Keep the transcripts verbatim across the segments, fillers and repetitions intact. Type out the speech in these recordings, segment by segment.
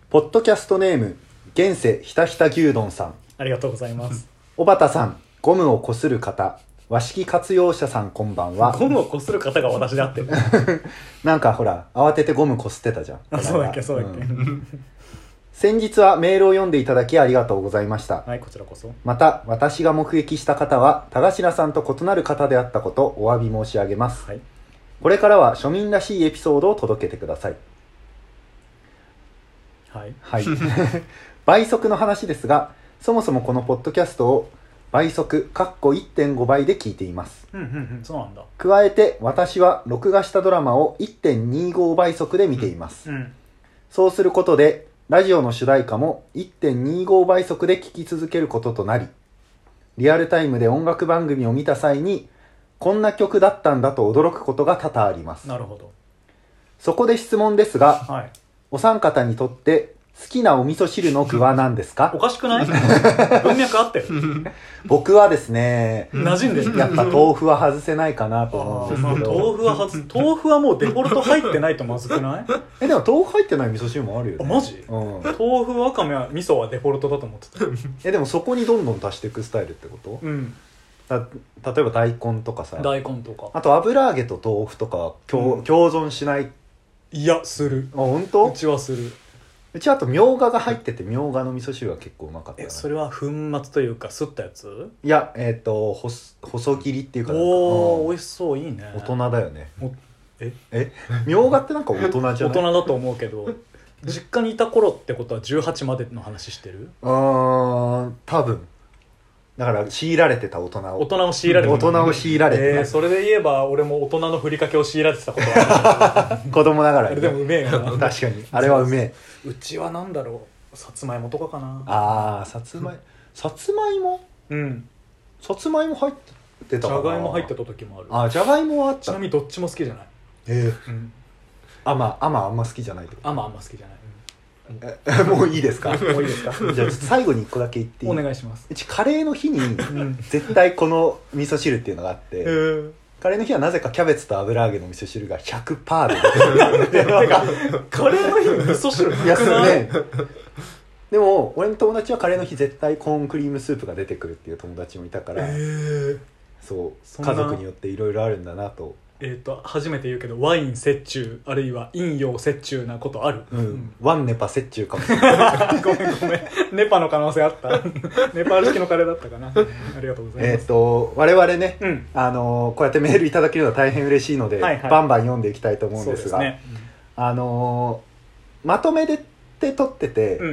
ポッドキャストネーム現世ひたひた牛丼さん、 ありがとうございます。 小畑さん、ゴムをこする方、和式活用者さん、こんばんは。 ゴムをこする方が私であってるなんかほら慌ててゴムこすってたじゃん。 あ、そうだっけそうだっけ、うん、 先日はメールを読んでいただきありがとうございました。 はい、こちらこそ。 また私が目撃した方は田頭さんと異なる方であったことお詫び申し上げます、 はい、 これからは庶民らしいエピソードを届けてください。 はい、 はい、倍速の話ですが、そもそもこのポッドキャストを倍速 いってんご 倍で聞いています。 うんうんうん、そうなんだ。 加えて私は録画したドラマを いってんにご 倍速で見ています、 うんうん、 そうすることでラジオの主題歌も いってんにご 倍速で聴き続けることとなり、リアルタイムで音楽番組を見た際にこんな曲だったんだと驚くことが多々あります。 なるほど。 そこで質問ですが、 はい、 お三方にとって好きなお味噌汁の具は何ですか？ おかしくない？文脈合ってる？ 僕はですね、 馴染んでる。 やっぱ豆腐は外せないかなと思うんですけど。 豆腐は外す。豆腐はもうデフォルト入ってないとまずくない？ え、でも豆腐入ってない味噌汁もあるよね。 あ、マジ？ うん、 豆腐、わかめは味噌はデフォルトだと思ってた。 え、でもそこにどんどん足していくスタイルってこと？ うん。 だ例えば大根とかさ、 大根とか、 あと油揚げと豆腐とか共、うん、共存しない？ いや、する。 あ、本当？ うちはする。 うちあとみょうがが入ってて、みょうがの味噌汁は結構うまかった。 え、それは粉末というかすったやつ？ いや、えっ、ー、と細切りっていうかなんか、 おー、 うん、 美味しそう。いいね。 大人だよね。 ええみょうがってなんか大人じゃない？ 大人だと思うけど実家にいた頃ってことはじゅうはちまでの話してる？ あー、多分だから強いられてた大人を大人を強いられてた大人を強いられてた、 えー、それで言えば俺も大人のふりかけを強いられてたことはある子供ながらに。 あれでもうめえよな。 確かにあれはうめえ。 うちはなんだろう、さつまいもとかかな。 あー、さつまいさつまいもうんさつまいも入ってたかな。 じゃがいも入ってた時もある。 あ、じゃがいもはあった。 ちなみにどっちも好きじゃない。 えー、 うん、 あまあまああんま好きじゃないってこと。 あまああんま好きじゃない、 えもういいですか？ もういいですか？ じゃあ最後にいっこだけ言っていい？ お願いします。 うちカレーの日にうん絶対この味噌汁っていうのがあって、 えーカレーの日はなぜかキャベツと油揚げの味噌汁が ひゃくパーセント でてかカレーの日に味噌汁いや少ないね。でも俺の友達はカレーの日絶対コーンクリームスープが出てくるっていう友達もいたから、 えー、 そうそんな家族によっていろいろあるんだなと。 えー、と初めて言うけどワイン折衷あるいは飲用折衷なことある？ うん、うん、ワンネパ折衷かもしれないごめんごめん、ネパの可能性あったネパール式のカレーだったかなありがとうございます。 えっと我々ね、うん、あのー、こうやってメールいただけるのは大変嬉しいので、はいはい、バンバン読んでいきたいと思うんですが、そうですね、うん、あのー、まとめでって撮ってて、うんうんうん、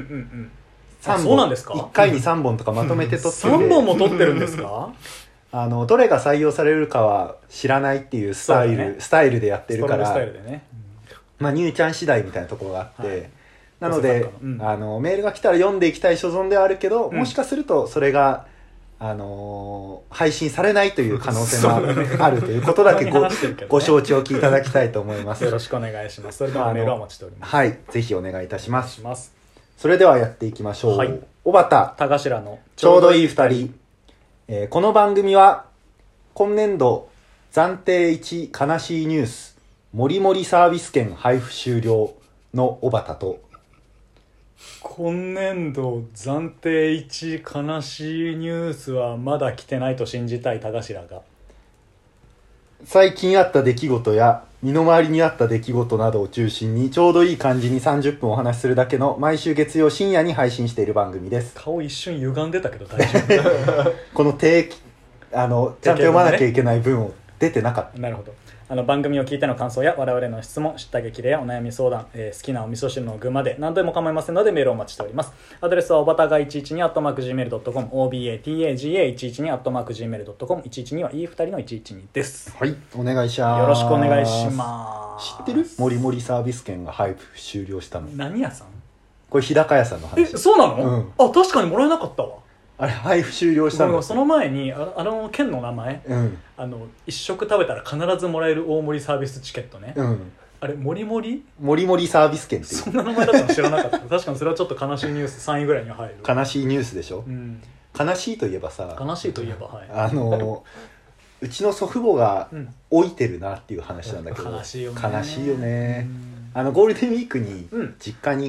さんぼん、そうなんですか？いっかいにさんぼんとかまとめて撮ってて、 さんぼんも撮ってるんですか？ あのどれが採用されるかは知らないっていうスタイル、ね、スタイルでやってるから、スタイルでね、うん、まあニューちゃん次第みたいなところがあって、はい、なので、うん、あのメールが来たら読んでいきたい所存ではあるけど、うん、もしかするとそれが、あのー、配信されないという可能性もあるということだけ ご, ね、ご承知おきいただきたいと思います。 よろしくお願いします。それではメールをお待ちしております。 はい、ぜひお願いいたします。それではやっていきましょう。はい、小畑田頭のちょうどいいふたり、えー、この番組は今年度暫定いち悲しいニュースもりもりサービス券配布終了の小畑と、 今年度暫定いち悲しいニュースはまだ来てないと信じたい田頭が、 最近あった出来事や身の回りにあった出来事などを中心にちょうどいい感じにさんじゅっぷんお話しするだけの毎週月曜深夜に配信している番組です。 顔一瞬歪んでたけど大丈夫この定期あのちゃんと読まなきゃいけない文を出てなかった。 なるほど。あの番組を聞いての感想や我々の質問、知った激励やお悩み相談、えー、好きなお味噌汁の具まで何でも構いませんのでメールをお待ちしております。アドレスはおばたがいちいちにアットマークジーメールドットコム オービーエーティーエージーエーいちいちにアットマークジーメールドットコム いちいちにはいいふたりのいちいちにです。 はい、お願いします。 よろしくお願いします。 知ってる？もりもりサービス券が配布終了したの。 何屋さん？ これ日高屋さんの話。 え、そうなの？ うん、 あ、確かにもらえなかったわ。 あれ配布終了したの。 その前に あ, あの県の名前、うん、あの一食食べたら必ずもらえる大盛りサービスチケットね、うん、あれもりもりもりもりサービス券っていうそんな名前だったの知らなかった確かにそれはちょっと悲しいニュースさんいぐらいに入る。 悲しいニュースでしょ、うん、悲しいといえばさ、 悲しいといえば、はい、 あのうちの祖父母が老いてるなっていう話なんだけど、 悲しいよね。 悲しいよね。あのゴールデンウィークに実家に帰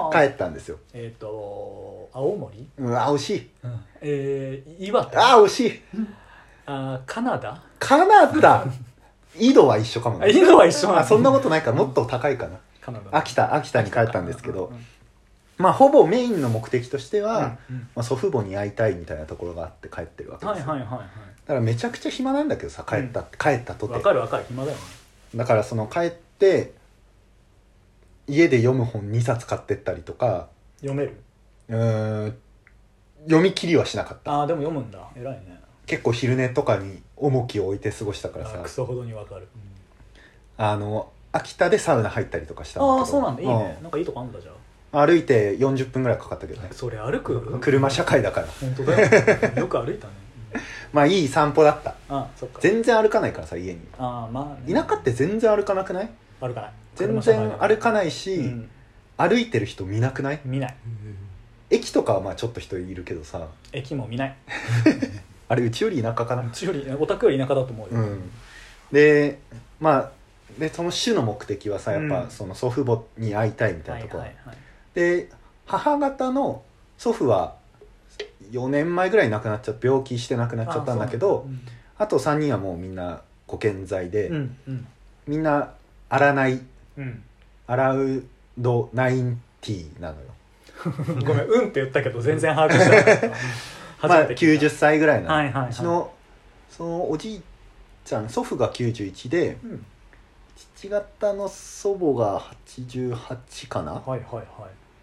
帰ったんですよ。 えっ、ー、と青森、 うん、あ惜しい、 うん、えー、岩手、 あ惜しい、 あカナダカナダ緯度は一緒かもね。緯度は一緒なんだ。 そんなことないからもっと高いかな。カナダ秋田秋田に帰ったんですけど、まあほぼメインの目的としては、うんうん、まあ、祖父母に会いたいみたいなところがあって帰ってるわけですよ、はいはいはいはい、だからめちゃくちゃ暇なんだけどさ帰った、うん、帰ったとてわかるわかる暇だよね。 だからその帰って家で読む本にさつ買ってったりとか。 読める？ うーん読み切りはしなかった。 ああでも読むんだ、偉いね。 結構昼寝とかに重きを置いて過ごしたからさ。 クソほどにわかる、 うん、あの秋田でサウナ入ったりとかしたんだけど。 ああそうなんだ、いいね、うん、なんかいいとこあんだじゃあ。 歩いてよんじゅっぷんぐらいかかったけどね。 それ歩く？ 車社会だから。 本当だよよく歩いたね、 うん、まあいい散歩だった。 あそっか。 全然歩かないからさ家に。 あまあ、 ね、田舎って全然歩かなくない？ 歩かない、 全然歩かないし、うん、歩いてる人見なくない？ 見ない、 駅とかはまあちょっと人いるけどさ。 駅も見ないあれうちより田舎かな。 うちよりお宅より田舎だと思うよ、 うん、でまあでその主の目的はさやっぱ、うん、その祖父母に会いたいみたいなところ、はいはいはい、で母方の祖父はよねんまえぐらいに亡くなっちゃって病気して亡くなっちゃったんだけど、 あ,、うん、あとさんにんはもうみんなご健在で、うんうん、みんな洗ない、うん、アラウドナインティーなのよごめんうんって言ったけど全然把握してないまあきゅうじゅっさいぐらいなの、 はいはいはい、 うちのそのおじいちゃん祖父がきゅうじゅういちで、うん、父方の祖母がはちじゅうはちかな、 はいはいはい、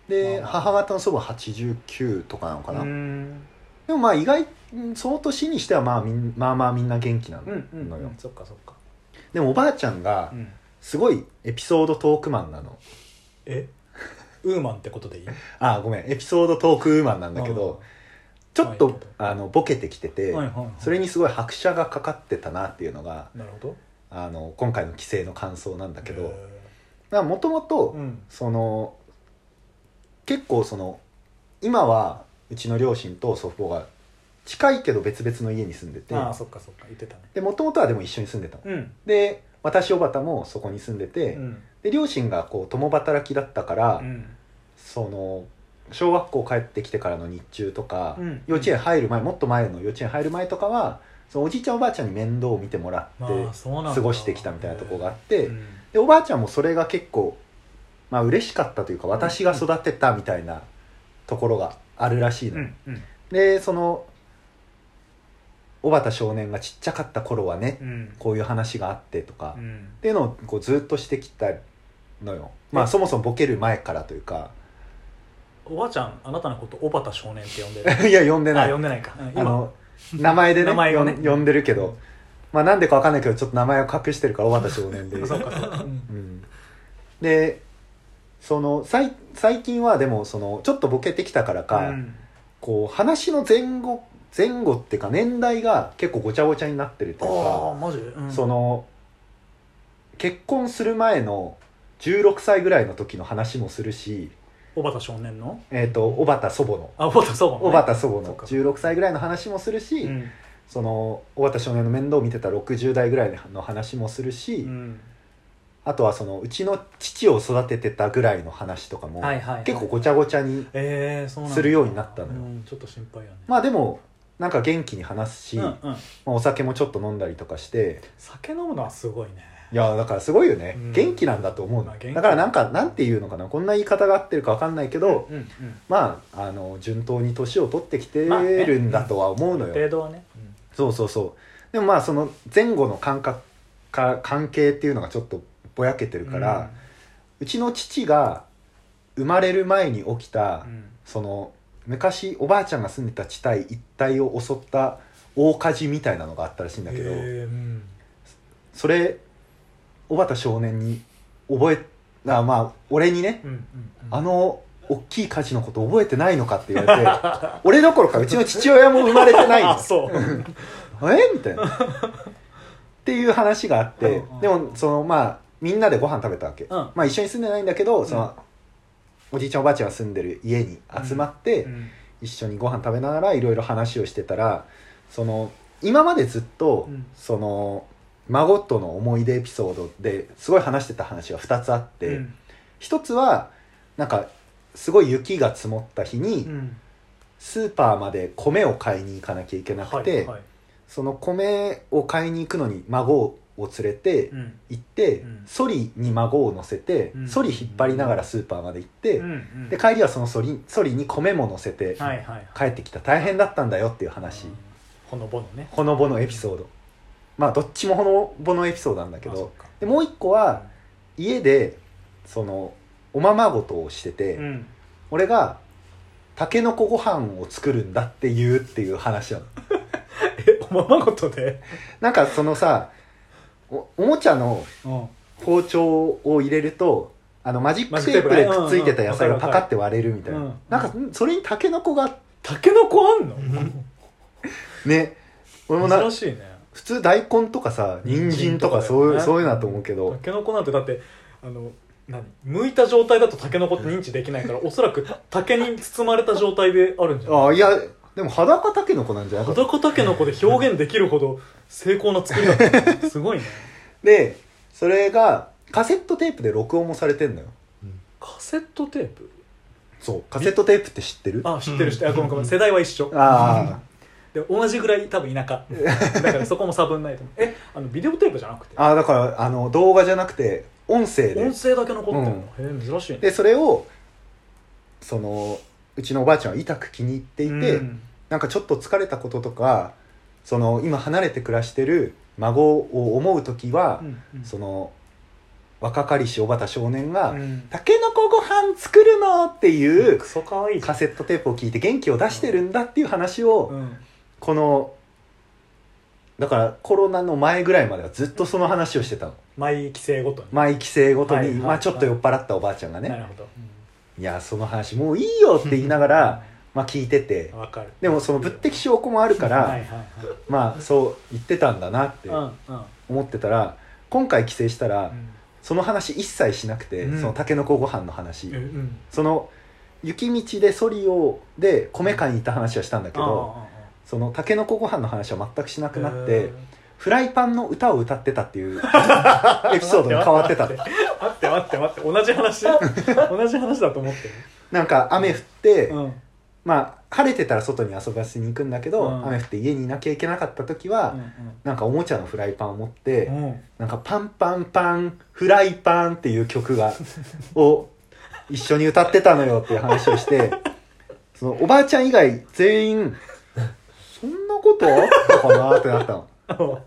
で母方の祖母はちじゅうきゅうとかなのかな。うーんでもまあ意外その年にしてはまあみんまあまあみんな元気なのよ、うんうんうん、 そっかそっか。 でもおばあちゃんがすごいエピソードトークマンなの。 えウーマンってことでいい？ あごめんエピソードトークウーマンなんだけど、ちょっとあのボケてきてて、はいはいはい、それにすごい拍車がかかってたなっていうのが、 なるほど、 あの今回の帰省の感想なんだけど、もともとその結構その今はうちの両親と祖父母が近いけど別々の家に住んでて、 ああそっかそっか言ってたね。 で元々はでも一緒に住んでたの、うん、で私おばたもそこに住んでて、うん、で両親がこう共働きだったから、うん、その小学校帰ってきてからの日中とか、うん、幼稚園入る前もっと前の幼稚園入る前とかはそのおじいちゃんおばあちゃんに面倒を見てもらって過ごしてきたみたいなところがあって、でおばあちゃんもそれが結構まあ嬉しかったというか私が育てたみたいなところがあるらしいの、うんうん、でその小畑少年がちっちゃかった頃はね、うん、こういう話があってとか、うん、っていうのをこうずっとしてきたのよ。まあそもそもボケる前からというか。 おばあちゃんあなたのこと小畑少年って呼んでる？ いや呼んでない。 あ呼んでないか、うん、 今あの名前でね、名前をね呼んでるけど、まあなんでかわかんないけどちょっと名前を隠してるから小畑少年でそうかそうか、うん、でその最最近はでもそのちょっとボケてきたからか、うん、こう話の前後前後っていうか年代が結構ごちゃごちゃになってるというか、 あマジ、うん、 その結婚する前のじゅうろくさいぐらいの時の話もするし、 小畑少年のえっと小畑祖母のあ小畑祖母の、ね、 小畑祖母のじゅうろくさいぐらいの話もするし、うん、その小畑少年の面倒を見てたろくじゅう代ぐらいの話もするし、うん、あとはそのうちの父を育ててたぐらいの話とかも、はいはいはい、結構ごちゃごちゃにするようになったのよ、 えーうん、ちょっと心配やね。 まあでもなんか元気に話すし、うんうん、まあ、お酒もちょっと飲んだりとかして。 酒飲むのはすごいね。 いやだからすごいよね、うん、元気なんだと思うの、まあ、だからなんかなんていうのかな、こんな言い方が合ってるか分かんないけど、うんうんうん、まああの順当に年を取ってきてるんだとは思うのよ、まあね、 程度はね、うん、 そうそうそう。でもまあその前後の感覚か関係っていうのがちょっとぼやけてるから、うん、うちの父が生まれる前に起きた、うん、その昔おばあちゃんが住んでた地帯一帯を襲った大火事みたいなのがあったらしいんだけど、うん、それ小畑少年に覚えあまあ俺にね、うんうんうん、あの大きい火事のこと覚えてないのかって言われて俺どころかうちの父親も生まれてないんですそうえみたいなっていう話があって、うんうん、でもそのまあみんなでご飯食べたわけ、うん、まあ一緒に住んでないんだけど、うん、そのおじいちゃんおばあちゃんが住んでる家に集まって、うんうん、一緒にご飯食べながらいろいろ話をしてたら、その今までずっと、うん、その孫との思い出エピソードですごい話してた話がふたつあって、うん、ひとつはなんかすごい雪が積もった日に、 うん、 スーパーまで米を買いに行かなきゃいけなくて、はいはい、その米を買いに行くのに孫を連れて行って、うん、ソリに孫を乗せて、うん、ソリ引っ張りながらスーパーまで行って、うん、で帰りはそのソリ、ソリに米も乗せて帰ってきた、大変だったんだよっていう話、 ほのぼのね、 ほのぼのエピソード、まあどっちもほのぼのエピソードなんだけど、でもう一個は家でそのおままごとをしてて、うん、俺がたけのこご飯を作るんだっていうっていう話なのえ、おままごとでなんかそのさ お, おもちゃの包丁を入れるとあのマジックテープでくっついてた野菜がパカって割れるみたいな、うんうん、なんかそれにたけのこがたけのこあんのね、俺もな珍しいね。普通大根とかさ人参とかそういう、ね、そういうのだと思うけど、 たけのこなんてだってあの何剥いた状態だとタケノコって認知できないからおそらく竹に包まれた状態であるんじゃない？ あ、いやでも裸タケノコなんじゃない？ 裸タケノコで表現できるほど精巧な作りだったすごいね。 でそれがカセットテープで録音もされてんのよ、 うん、カセットテープ？ そうカセットテープって知ってる？ あ、知ってる知ってる、ごめんごめん、世代は一緒。あで同じぐらい多分田舎だからそこも差分ないと思う。え、あのビデオテープじゃなくて？ あ、だからあの動画じゃなくて音声で、 音声だけ残ってるの、うん、へえ珍しいね。 でそれをそのうちのおばあちゃんは痛く気に入っていて、うん、なんかちょっと疲れたこととかその今離れて暮らしてる孫を思う時は、うんうん、その若かりし小畑少年が、うん、たけのこご飯作るのっていうクソかわいいカセットテープを聞いて元気を出してるんだっていう話を、うん、このだからコロナの前ぐらいまではずっとその話をしてたの。 毎帰省ごとに毎帰省ごとに、はいはい、まあ、ちょっと酔っ払ったおばあちゃんがね、なるほど、うん、いやその話もういいよって言いながらまあ聞いてて、わかる。でもその物的証拠もあるからはいはい、はい、まあそう言ってたんだなって思ってたら、今回帰省したら、うん、その話一切しなくて、うん、そのたけのこご飯の話、うんうん、その雪道でソリオで米買いに行った話はしたんだけど、そのたけのこご飯の話は全くしなくなって、フライパンの歌を歌ってたっていうエピソードに変わってた。 待って待って待って、同じ話同じ話だと思ってる。 なんか雨降って、うん、まあ晴れてたら外に遊ばせに行くんだけど、うん、雨降って家にいなきゃいけなかった時は、うんうん、なんかおもちゃのフライパンを持って、うん、なんかパンパンパンフライパンっていう曲がを一緒に歌ってたのよっていう話をしてそのおばあちゃん以外全員そんなことあったかなってなったの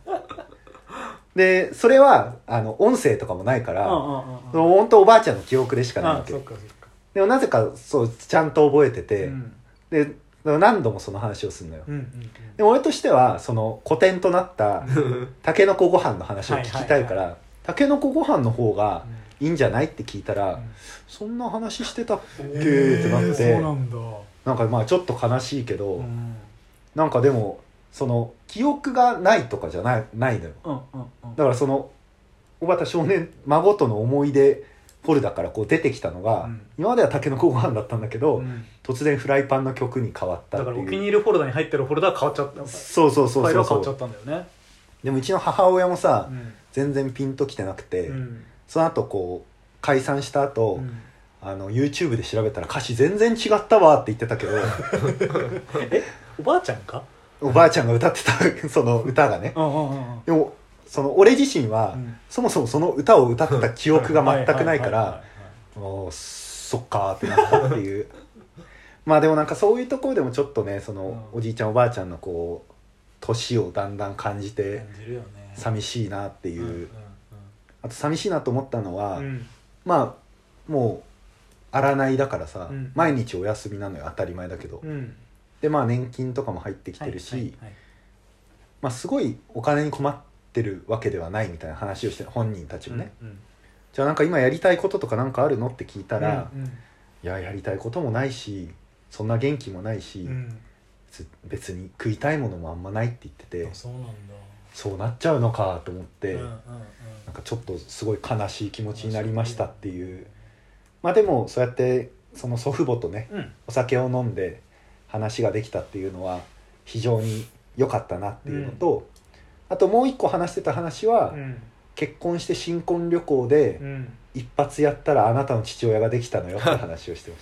でそれはあの音声とかもないから本当おばあちゃんの記憶でしかないわけ。そっかそっか。でもなぜかそうちゃんと覚えてて、うん、で何度もその話をするのよ、うんうんうん、で俺としてはその古典となったたけのこご飯の話を聞きたいからたけのこご飯の方がいいんじゃないって聞いたら、うん、そんな話してたっけってなって、そうなんだ。なんかまあちょっと悲しいけど、うん、なんかでもその記憶がないとかじゃない、ないのよ、うんうんうん、だからその小畑少年孫との思い出フォルダからこう出てきたのが、うん、今まではたけのこご飯だったんだけど、うん、突然フライパンの曲に変わったっていう。 だからお気に入りフォルダに入ってるフォルダは変わっちゃった。 そうそうそうそうそう、ファイルは変わっちゃったんだよね。 でもうちの母親もさ、うん、全然ピンときてなくて、うん、その後こう解散した後、うん、あの YouTube で調べたら歌詞全然違ったわって言ってたけどえ、おばあちゃんか？ おばあちゃんが歌ってたその歌がねでもその俺自身は、うん、そもそもその歌を歌った記憶が全くないからそっかーってなったっていうまあでもなんかそういうところでもちょっとねその、うん、おじいちゃんおばあちゃんのこう年をだんだん感じて寂しいなっていう、うんうんうん、あと寂しいなと思ったのは、うん、まあもう荒いだからさ、うん、毎日お休みなのよ当たり前だけど、うん、でまあ年金とかも入ってきてるし、はいはいはい、まあすごいお金に困ってるわけではないみたいな話をして本人たちもね、うんうん、じゃあなんか今やりたいこととかなんかあるのって聞いたら、うんうん、いややりたいこともないしそんな元気もないし、うん、別に食いたいものもあんまないって言ってて、 そうなんだ、 そうなっちゃうのかと思って、うんうんうん、なんかちょっとすごい悲しい気持ちになりましたっていう。まあでもそうやってその祖父母とね、うん、お酒を飲んで話ができたっていうのは非常に良かったなっていうのと、うん、あともう一個話してた話は、うん、結婚して新婚旅行で、うん、一発やったらあなたの父親ができたのよって話をしてました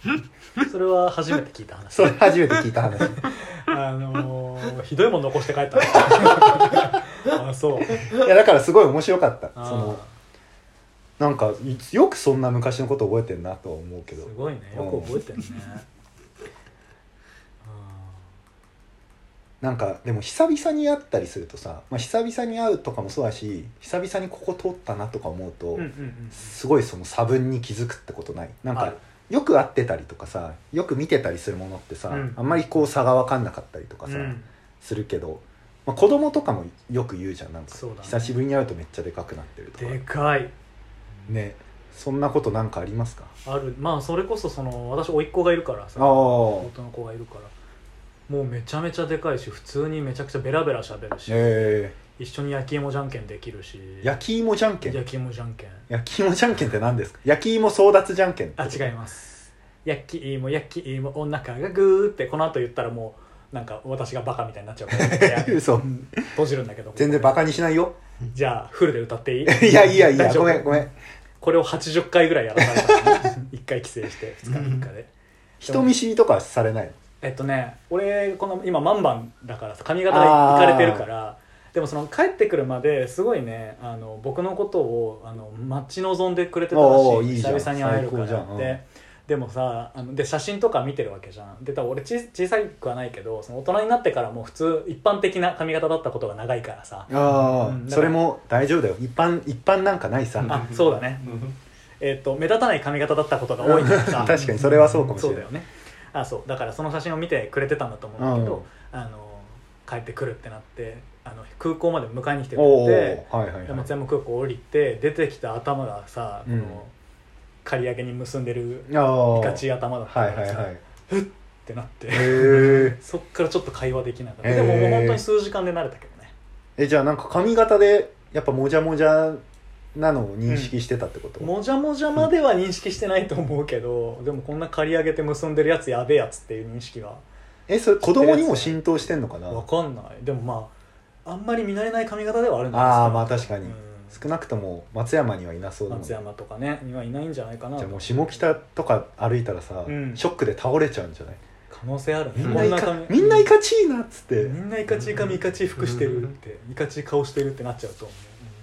それは初めて聞いた話。 それ初めて聞いた話あのー、ひどいもん残して帰ったあ、そう。 いやだからすごい面白かった。そのなんかよくそんな昔のこと覚えてんなとは思うけど。 すごいね、よく覚えてるね。 なんかでも久々に会ったりするとさ、まあ、久々に会うとかもそうだし、久々にここ通ったなとか思うと、 うんうんうん、 すごいその差分に気づくってことない？なんかよく会ってたりとかさ、よく見てたりするものってさ、うん、あんまりこう差が分かんなかったりとかさ、うん、するけど、まあ、子供とかもよく言うじゃん。なんかそうだね、久しぶりに会うとめっちゃでかくなってるとか。 でかいね。そんなことなんかありますか？ ある。まあそれこそその私甥っ子がいるからさ、弟の子がいるからもうめちゃめちゃでかいし、普通にめちゃくちゃベラベラ喋るし、えー、一緒に焼き芋じゃんけんできるし。 焼き芋じゃんけん？ 焼き芋じゃんけん。 焼き芋じゃんけんって何ですか？焼き芋争奪じゃんけん。 あ、違います。焼き芋焼き芋お腹がグーってこの後言ったらもうなんか私がバカみたいになっちゃうから嘘閉じるんだけど。 全然バカにしないよ。 じゃあフルで歌っていい？ いやいやいや、ごめんごめん。 これをはちじゅっかいぐらいやらされたの、ね、いっかい帰省してふつかみっかで。 人見知りとかされない？ えっとね、俺この今マンバンだから髪型がいかれてるから、でもその帰ってくるまですごいね、あの僕のことをあの待ち望んでくれてたらしい。久々に会えるからって。でもさ、あので写真とか見てるわけじゃん。で多分俺ち小さくはないけど、その大人になってからも普通一般的な髪型だったことが長いからさ。 あ、うん、それも大丈夫だよ。一般一般なんかないさ。 あ、そうだね。えっと目立たない髪型だったことが多いからさ。 確かにそれはそうかもしれない。 そうだよね。あ、そうだからその写真を見てくれてたんだと思うんだけど、うん、あの帰ってくるってなって、あの空港まで迎えに来てくれて、はいはいはい、松山空港降りて出てきた頭がさ、うん、この刈り上げに結んでるいかちい頭だったからさ、はいはいはい、ふっってなってそっからちょっと会話できなかった。でももう本当に数時間で慣れたけどね。 え、じゃあなんか髪型でやっぱもじゃもじゃなのを認識してたってこと？ うん、もじゃもじゃまでは認識してないと思うけど、うん、でもこんな刈り上げて結んでるやつやべえやつっていう認識は。 え、それ子供にも浸透してんのかな？ わかんない。でもまああんまり見慣れない髪型ではあるんですよ。 ああ、まあ確かに、うん、少なくとも松山にはいなそうだもん。 松山とかねにはいないんじゃないかな。 じゃあもう下北とか歩いたらさ、うん、ショックで倒れちゃうんじゃない？ 可能性あるね。 みんないかみんないかちいなっつって、 みんないかちい髪いかちい服してるっていかちい顔してるってなっちゃうと思う。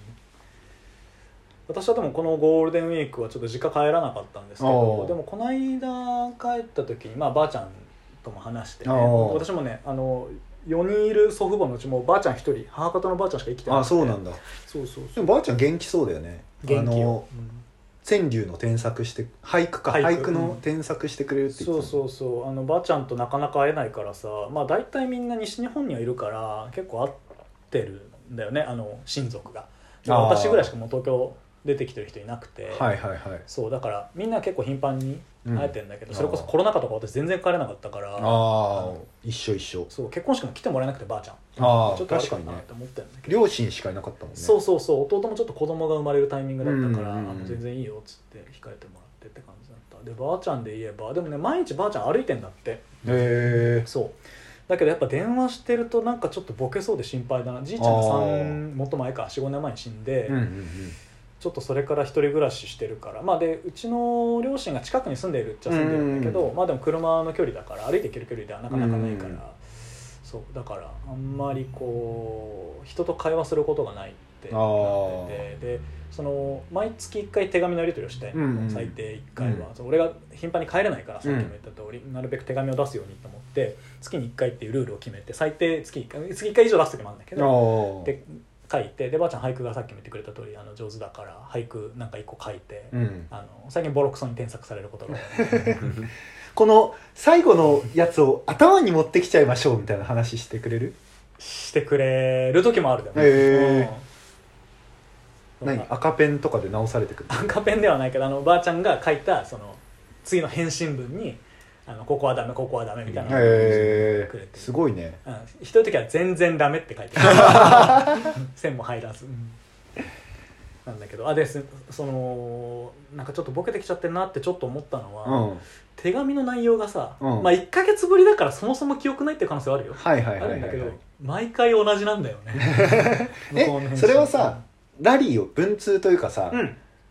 私はでもこのゴールデンウィークはちょっと実家帰らなかったんですけど、でもこの間帰った時に、まあ、ばあちゃんとも話してね、私もねあのよにんいる祖父母のうちもばあちゃんひとり、母方のばあちゃんしか生きてなくて。 あ、そうなんだ。 そうそうそう。 でもばあちゃん元気そうだよね。 元気よ。 川柳の添削して俳句か俳句、俳句の添削してくれるって言ってた、 そうそうそう。あのばあちゃんとなかなか会えないからさ、まあ大体みんな西日本にはいるから結構会ってるんだよね、あの親族が。私ぐらいしかもう東京出てきてる人いなくて、 はいはいはい、 そうだからみんな結構頻繁に会えてるんだけど、うん、それこそコロナ禍とか私全然帰れなかったから、 あ一緒一緒。 そう結婚式も来てもらえなくてばあちゃん、 あちょっとあるかなって思ってるんだけど、両親しかいなかったもんね。 そうそうそう、弟もちょっと子供が生まれるタイミングだったから、うんうんうん、あの全然いいよっつって控えてもらってって感じだった。でばあちゃんで言えばでもね毎日ばあちゃん歩いてんだって。へえ。 そうだけどやっぱ電話してるとなんかちょっとボケそうで心配だな。じいちゃんがさんもっと前か よん,ご 年前に死んで、うんうんうん、ちょっとそれから一人暮らししてるから、まあでうちの両親が近くに住んでいるっちゃ住んでるんだけど、うん、まあでも車の距離だから歩いて行ける距離ではなかなかないから、うん、そうだからあんまりこう人と会話することがないってなってて、でその毎月いっかい手紙のやり取りをして、うんうん、最低いっかいは、うん、俺が頻繁に帰れないからさっきも言った通り、うん、なるべく手紙を出すようにと思って月にいっかいっていうルールを決めて、最低月いっかい月いっかい以上出す時もあるんだけど、で書いて、でばあちゃん俳句がさっきも言ってくれた通りあの上手だから俳句なんか一個書いて、うん、あの最近ボロクソに添削されることがこの最後のやつを頭に持ってきちゃいましょうみたいな話してくれるしてくれる時もあるよね。 へー、何赤ペンとかで直されてくる？ 赤ペンではないけどあのばあちゃんが書いたその次の返信文にあのここはダメここはダメみたいなのをくれて、 すごいね。 うん、一人の時は全然ダメって書いて線も入らず、うん、なんだけど、あですそのなんかちょっとボケてきちゃってるなってちょっと思ったのは、うん、手紙の内容がさ、うん、まあいっかげつぶりだからそもそも記憶ないっていう可能性はあるよ。 はいはいはいはい、はい、 あるんだけど毎回同じなんだよねえそれはさラリーを文通というかさ、うん、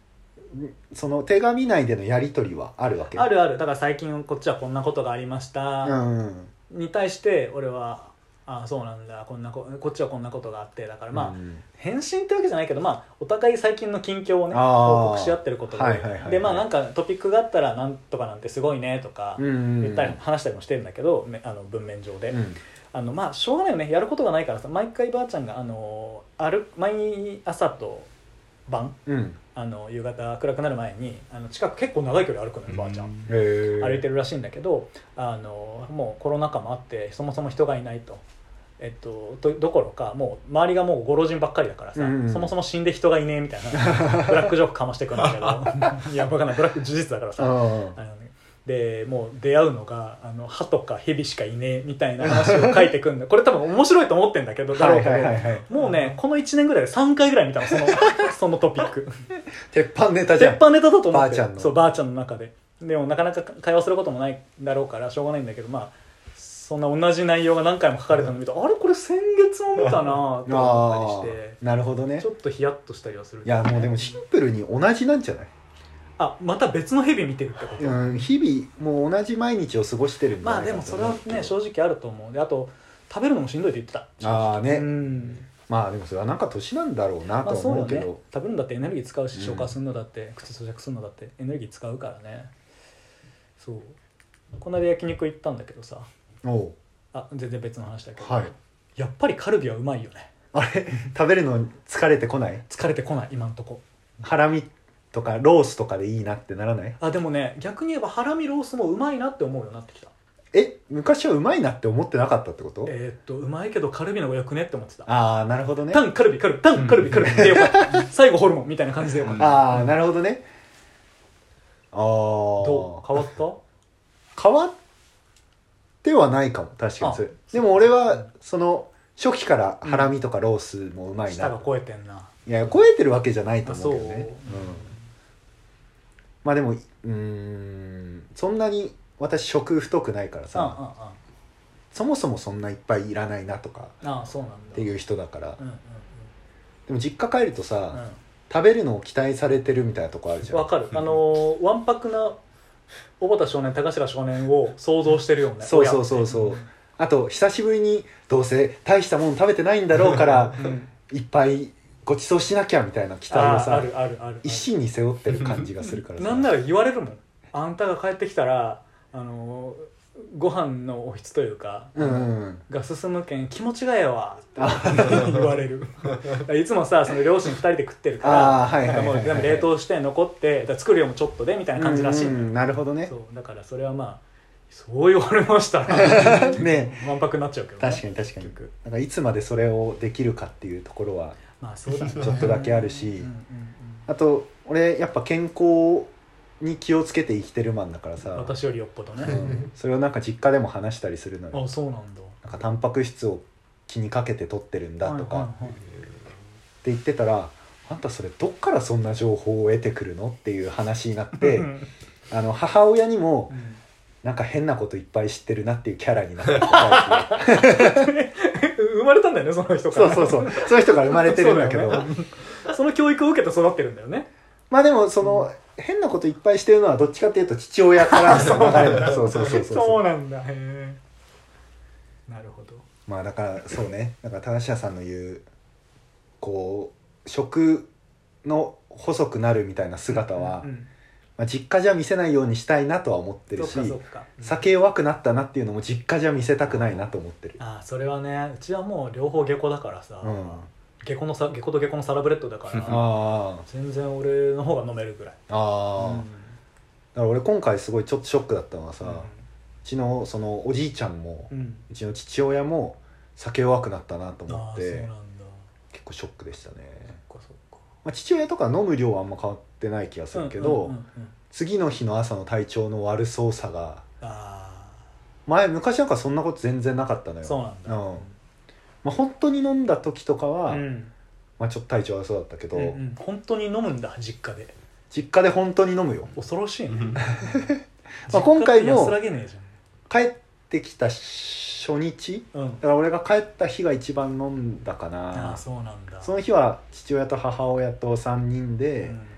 その手紙内でのやり取りはあるわけ？ あるある。だから最近こっちはこんなことがありました、うん、に対して俺はああそうなんだ、こんなここっちはこんなことがあって、だからまあ、うん、返信ってわけじゃないけど、まあ、お互い最近の近況をね報告し合ってることが、はいはいはいはい、でまあなんかトピックがあったらなんとかなんてすごいねとか言ったり話したりもしてるんだけど、あの文面上で、うん、あのまあしょうがないよね、やることがないからさ。毎回ばあちゃんがあのある毎朝と晩、うん、あの夕方暗くなる前にあの近く結構長い距離歩くのよばあちゃん、歩いてるらしいんだけど、あのもうコロナ禍もあってそもそも人がいないと。えっと、ど, どころかもう周りがもうご老人ばっかりだからさ、うんうん、そもそも死んで人がいねえみたいなブラックジョークかましてくるんだけどいや分かんない、ブラック事実だからさ、あの、ね、でもう出会うのがあの歯とか蛇しかいねえみたいな話を書いてくるんだこれ多分面白いと思ってんだけどだろうけど、はいはいはいはい、もうねこのいちねんぐらいでさんかいぐらい見たのそのそのトピック鉄板ネタじゃん。 鉄板ネタだと思って、ばあちゃんのそうばあちゃんの中で。でもなかなか会話することもないだろうからしょうがないんだけど、まあそんな同じ内容が何回も書かれたのを見ると、あれこれ先月も見たなと思ったりしてなるほどね、 ちょっとヒヤッとしたりはする、 ね、いやもうでもシンプルに同じなんじゃない？ あまた別の日々見てるってこと？ うん、日々もう同じ毎日を過ごしてるんだ、ね、 まあでもそれはね正直あると思う。であと食べるのもしんどいって言ってた。 ああね、うん、まあでもそれはなんか年なんだろうなと思うけど、まあそうね、 食べるんだってエネルギー使うし、消化するのだって、うん、口咀嚼するのだってエネルギー使うからね。そうこの間焼肉行ったんだけどさ、おうあ全然別の話だけど、はい、やっぱりカルビはうまいよね。 あれ食べるの疲れてこない？ 疲れてこない今んとこ。 ハラミとかロースとかでいいなってならない？ あでもね逆に言えばハラミロースもうまいなって思うようになってきた。 え昔はうまいなって思ってなかったってこと？ えー、っとうまいけどカルビの方がよくねって思ってた。 ああなるほどね。 タンカルビカルビタンカルビカルビでよかった最後ホルモンみたいな感じでよかった。 ああなるほどね。ああどう変わった？ 変わってはないかも確かにそれ。でも俺はその初期からハラミとかロースもうまいな、うん、 舌が超えてんな。 いや超えてるわけじゃないと思うけどね、うん、まあでもうーんそんなに私食太くないからさ、ああああそもそもそんないっぱいいらないなとかっていう人だから、うんうんうん、でも実家帰るとさ、うん、食べるのを期待されてるみたいなとこあるじゃん。 わかる、あのー、わんぱくな小畑少年高頭少年を想像してるよね。 そうそうそうそう、うん、あと久しぶりにどうせ大したもの食べてないんだろうから、うん、いっぱいご馳走しなきゃみたいな期待をさあるあるあるある一身に背負ってる感じがするからさなんなら言われるもん、あんたが帰ってきたらあのご飯のおひつというか、うんうん、が進むけん気持ちがええわって言われるいつもさその両親ふたりで食ってるからもう冷凍して残ってだ作るよもちょっとでみたいな感じらしい、うんうん、 なるほどね。 そうだからそれはまあそう言われましたねわんぱくになっちゃうけどね。 確かに確かになんかいつまでそれをできるかっていうところはまあそうだね、 ちょっとだけあるし、うんうんうん、あと俺やっぱ健康に気をつけて生きてるマンだからさ私よりよっぽどね、 うん、それをなんか実家でも話したりするのよ。 あそうなんだ。 なんかタンパク質を気にかけて取ってるんだとか、はいはいはい、って言ってたらあんたそれどっからそんな情報を得てくるのっていう話になってあの母親にも、うんなんか変なこといっぱい知ってるなっていうキャラになってきた生まれたんだよねその人から。 そうそうそうそういう人から生まれてるんだけど そ, ね、その教育を受けて育ってるんだよね。 まあでもその、うん、変なこといっぱいしてるのはどっちかっていうと父親からの流れだ。そうそうそうそうそうなんだ。へえなるほど。 まあだからそうねだから正しさんの言うこう食の細くなるみたいな姿は、うんうんまあ、実家じゃ見せないようにしたいなとは思ってるし、うん、酒弱くなったなっていうのも実家じゃ見せたくないなと思ってる。 ああそれはねうちはもう両方下戸だからさ、うん、下戸のさ下戸と下戸のサラブレッドだからあ全然俺の方が飲めるぐらい。あ、うん、だから俺今回すごいちょっとショックだったのはさ、うん、うちのそのおじいちゃんも、うん、うちの父親も酒弱くなったなと思って、そうなんだ結構ショックでしたね。そっかそっか、まあ、父親とか飲む量はあんま変わってない気がするけど、うんうんうんうん、次の日の朝の体調の悪そうさがあ前昔なんかそんなこと全然なかったのよ。 そうなんだ、うんまあ、本当に飲んだ時とかは、うんまあ、ちょっと体調悪そうだったけど、うんうん、 本当に飲むんだ実家で。 実家で本当に飲むよ。 恐ろしいねまあ今回も帰ってきた初日、うん、だから俺が帰った日が一番飲んだかな。 あそうなんだ。 その日は父親と母親とさんにんで、うん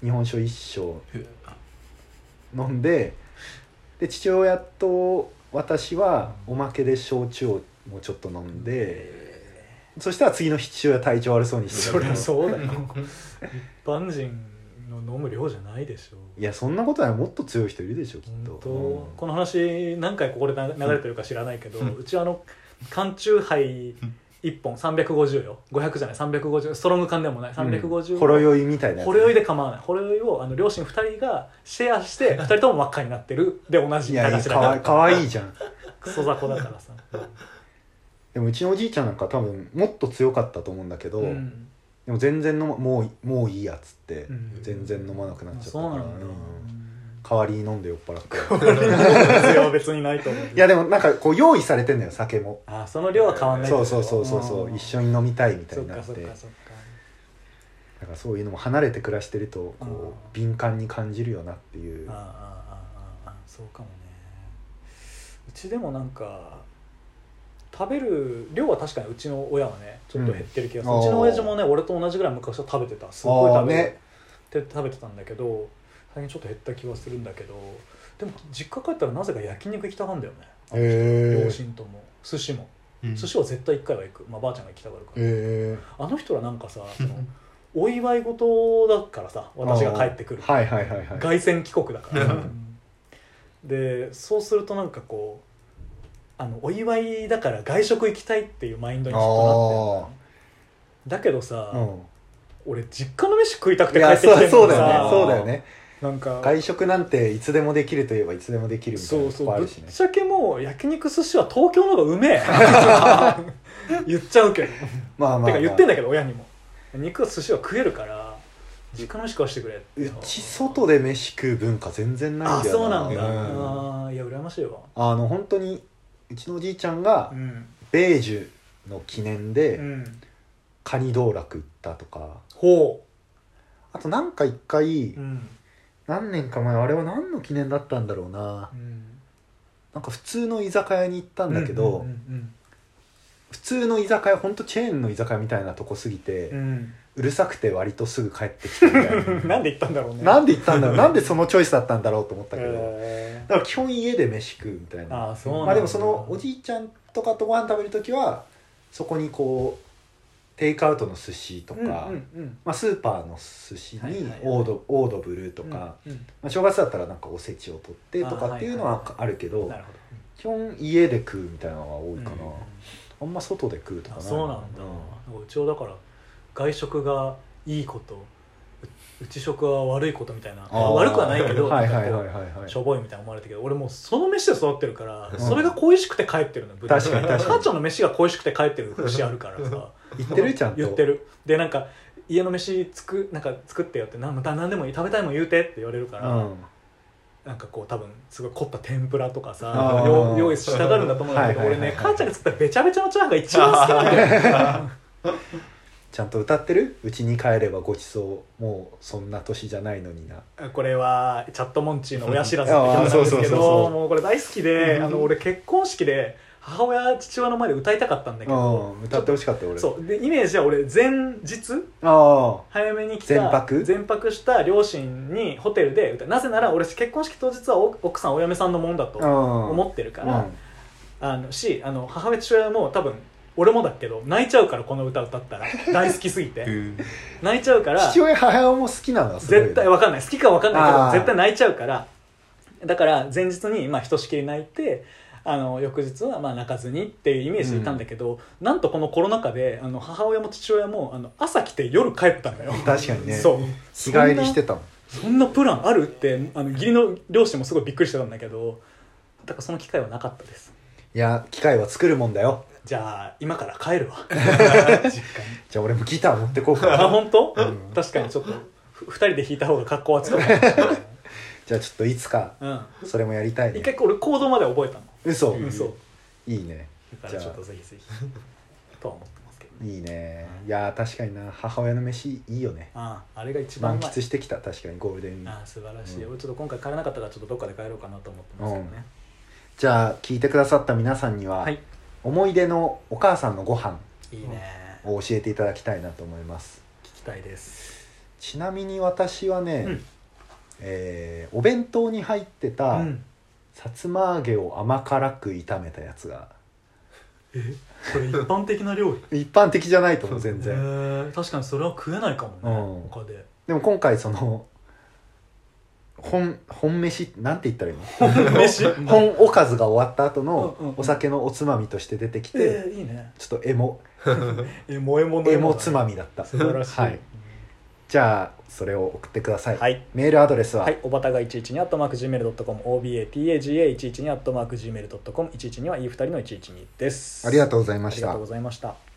日本酒を一升飲んで、で父親と私はおまけで焼酎をもうちょっと飲んで、そしたら次の日父親体調悪そうにしてた。そりゃそうだよ一般人の飲む量じゃないでしょ。 いやそんなことない、もっと強い人いるでしょきっと、 うん、この話何回ここで流れてるか知らないけど、うん、うちはあの缶酎ハイいっぽんさんびゃくごじゅうよ、ごひゃくじゃないさんびゃくごじゅう、ストロング缶でもないさんびゃくごじゅう、 うん、ほろ酔いみたいなやつ、 ほろ酔いで構わない、ほろ酔いをあの両親ふたりがシェアしてふたりとも真っ赤になってるで同じいやいやかわかわいいじゃんクソ雑魚だからさでもうちのおじいちゃんなんか多分もっと強かったと思うんだけど、うん、でも全然飲まもうもういいやっつって、うん、全然飲まなくなっちゃったから、うん、代わりに飲んで酔っ払っていや別にないと思う。 いやでもなんかこう用意されてんだよ酒も。 あその量は変わんない。 そうそうそうそうそう、うん、一緒に飲みたいみたいになって。そっかそっかそっか。だからそういうのも離れて暮らしてるとこう敏感に感じるよなっていう。あああああそうかもね。うちでもなんか食べる量は確かにうちの親はねちょっと減ってる気がする、うん、うちの親父もね俺と同じぐらい昔は食べてた、すごい食べ,、ね、食べてたんだけど最近ちょっと減った気はするんだけど、でも実家帰ったらなぜか焼肉行きたがんだよね、 へ両親とも寿司も、うん、寿司は絶対いっかいは行く、まあ、ばあちゃんが行きたがるから、 へあの人らなんかさそのお祝い事だからさ私が帰ってくる、 はいはいはいはい、 凱旋帰国だからさでそうするとなんかこうあのお祝いだから外食行きたいっていうマインドにきっとなってるだけどさ、うん、俺実家の飯食いたくて帰ってきてるのにさ、 そうだよねそうだよね、 なんか外食なんていつでもできるといえばいつでもできるみたいなとこあるしね。 そうそうぶっちゃけもう焼肉寿司は東京の方がうめえ言っちゃうけどまあまあ、まあ、 てか言ってんだけど親にも肉寿司は食えるから実家の飯食わしてくれって。 うち外で飯食う文化全然ないんだよな。 あそうなんだ、うん、あいや羨ましいわ。 あの本当にうちのおじいちゃんが、うん、米寿の記念で、うん、カニ道楽行ったとか、 ほうあとなんか一回、うん、何年か前あれは何の記念だったんだろうな、うん、なんか普通の居酒屋に行ったんだけど、うんうんうんうん、普通の居酒屋ほんとチェーンの居酒屋みたいなとこすぎて、うん、うるさくて割とすぐ帰ってきたみたいななんで行ったんだろうねなんで行ったんだろうなんでそのチョイスだったんだろうと思ったけど、えー、だから基本家で飯食うみたいな。 あそうなんだ。 まあでもそのおじいちゃんとかとご飯食べるときはそこにこうテイクアウトの寿司とか、うんうんうんまあ、スーパーの寿司にオード、はいはいはい、オードブルとか、うんうんまあ、正月だったらなんかおせちを取ってとかっていうのはあるけど、はいはいはい、基本家で食うみたいなのが多いかな、うんうん、あんま外で食うとかない。 そうなんだ、うん、うちはだから外食がいいこと内食は悪いことみたいな、悪くはないけどしょぼいみたいな思われたけど、俺もうその飯で育ってるから、うん、それが恋しくて帰ってるの。 確かに確かに母ちゃんの飯が恋しくて帰ってる節あるからさ言ってるちゃんと言ってる。でなんか家の飯つくなんか作ってよって何でもいい食べたいもん言うてって言われるから、うん、なんかこう多分すごい凝った天ぷらとかさ用意したがるんだと思うんだけど、俺ね母ちゃんが作ったベチャベチャのチャーハンが一番好きなんだよちゃんと歌ってる？うちに帰ればごちそう、もうそんな年じゃないのにな。 これはチャットモンチーの親知らずって曲なんですけど、もうこれ大好きで、あの俺結婚式で母親父親の前で歌いたかったんだけど、 歌ってほしかったよ俺。 そうでイメージは俺前日早めに来た前泊前泊した両親にホテルで歌う。なぜなら俺結婚式当日は奥さんお嫁さんのもんだと思ってるから、あのしあの母親父親も多分俺もだけど泣いちゃうから、この歌歌ったら大好きすぎて泣いちゃうから。 父親母親も好きなの？ 絶対分かんない、好きか分かんないけど絶対泣いちゃうから、だから前日にまあひとしきり泣いて、あの翌日はまあ泣かずにっていうイメージでいたんだけど、うん、なんとこのコロナ禍であの母親も父親もあの朝来て夜帰ったんだよ。 確かにね。 そう日帰りしてたもん。 そんなプランあるってあの義理の両親もすごいびっくりしてたんだけど、だからその機会はなかったです。 いや機会は作るもんだよ。 じゃあ今から帰るわ実家に。じゃあ俺もギター持ってこうかな。 あ本当、うん、確かにちょっとふたりで弾いた方が格好はつくじゃあちょっといつかそれもやりたいね。 一回俺コードまで覚えたの。 嘘嘘いいね。 だからちょっとぜひぜひとは思ってますけど、ね、 いいね。いや確かにな、母親の飯いいよね。 ああ、あれが一番満喫してきた。確かにゴールデンウィーク。 ああ素晴らしい、うん、俺ちょっと今回帰れなかったからちょっとどっかで帰ろうかなと思ってますけどね、うん、 じゃあ聞いてくださった皆さんには、はい、思い出のお母さんのご飯を教えていただきたいなと思います。 聞きたいです。 ちなみに私はね、 うんえーお弁当に入ってた、 うんさつま揚げを甘辛く炒めたやつがえそれ一般的な料理一般的じゃないと思う全へ然。 ー確かにそれは食えないかもね、 うん他ででも今回その本本飯なんて言ったらいいの飯本おかずが終わった後のうんうんうんお酒のおつまみとして出てきて、 えー、いいねちょっとエモえもえものエモつまみだった。 素晴らしい、 はいじゃあそれを送ってください、 はいメールアドレスは、 はい、おばたがいちいちにアットマーク ジーメールドットコム オービーエーティーエージーエーいちいちにアットマーク ジーメールドットコム いちいちにはいちいちにはいいふたりのいちいちにです。 ありがとうございましたありがとうございました。